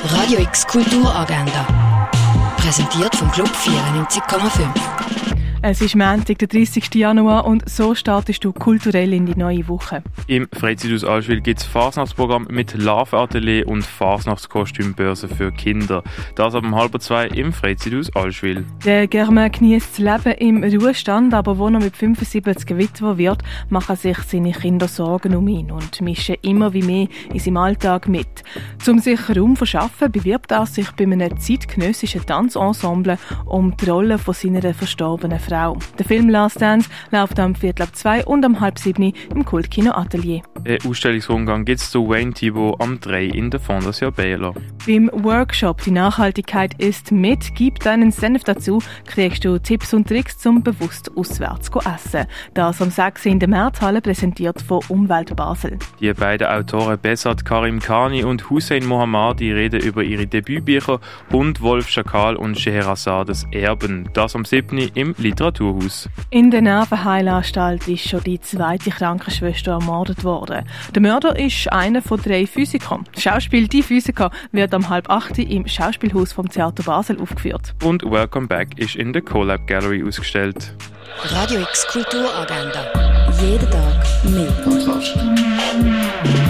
Radio X Kulturagenda. Präsentiert vom Club 94,5. Es ist Montag, der 30. Januar und so startest du kulturell in die neue Woche. Im Freizeithaus Allschwil gibt es Fasnachtsprogramm mit Larvenatelier und Fasnachtskostümbörse für Kinder. Das ab 1:30 im Freizeithaus Allschwil. Der Germain genießt das Leben im Ruhestand, aber wo er mit 75 Witwer wird, machen sich seine Kinder Sorgen um ihn und mischen immer wie mehr in seinem Alltag mit. Um sich Raum zu verschaffen, bewirbt er sich bei einem zeitgenössischen Tanzensemble um die Rolle von seiner verstorbenen Frau. Der Film Last Dance läuft am 2:15 und am 6:30 im Kultkino Atelier. Einen Ausstellungsrundgang gibt es zu Wayne Thibault am 3 in der Fondation Baylor. Beim Workshop «Die Nachhaltigkeit ist mit» gib deinen Senf dazu, kriegst du Tipps und Tricks zum bewusst auswärts essen. Das am 6 in der Märzhalle, präsentiert von Umwelt Basel. Die beiden Autoren Besat Karim Khani und Hussein Mohammadi reden über ihre Debütbücher und Wolf Schakal und Scheherazades Erben. Das am 7 im Literaturhaus. In der Nervenheilanstalt ist schon die zweite Krankenschwester ermordet worden. Der Mörder ist einer von 3 Physikern. Das Schauspiel «Die Physiker» wird am 7:30 im Schauspielhaus vom Theater Basel aufgeführt. Und Welcome Back ist in der CoLab Gallery ausgestellt. Radio X Kulturagenda. Jeden Tag mehr.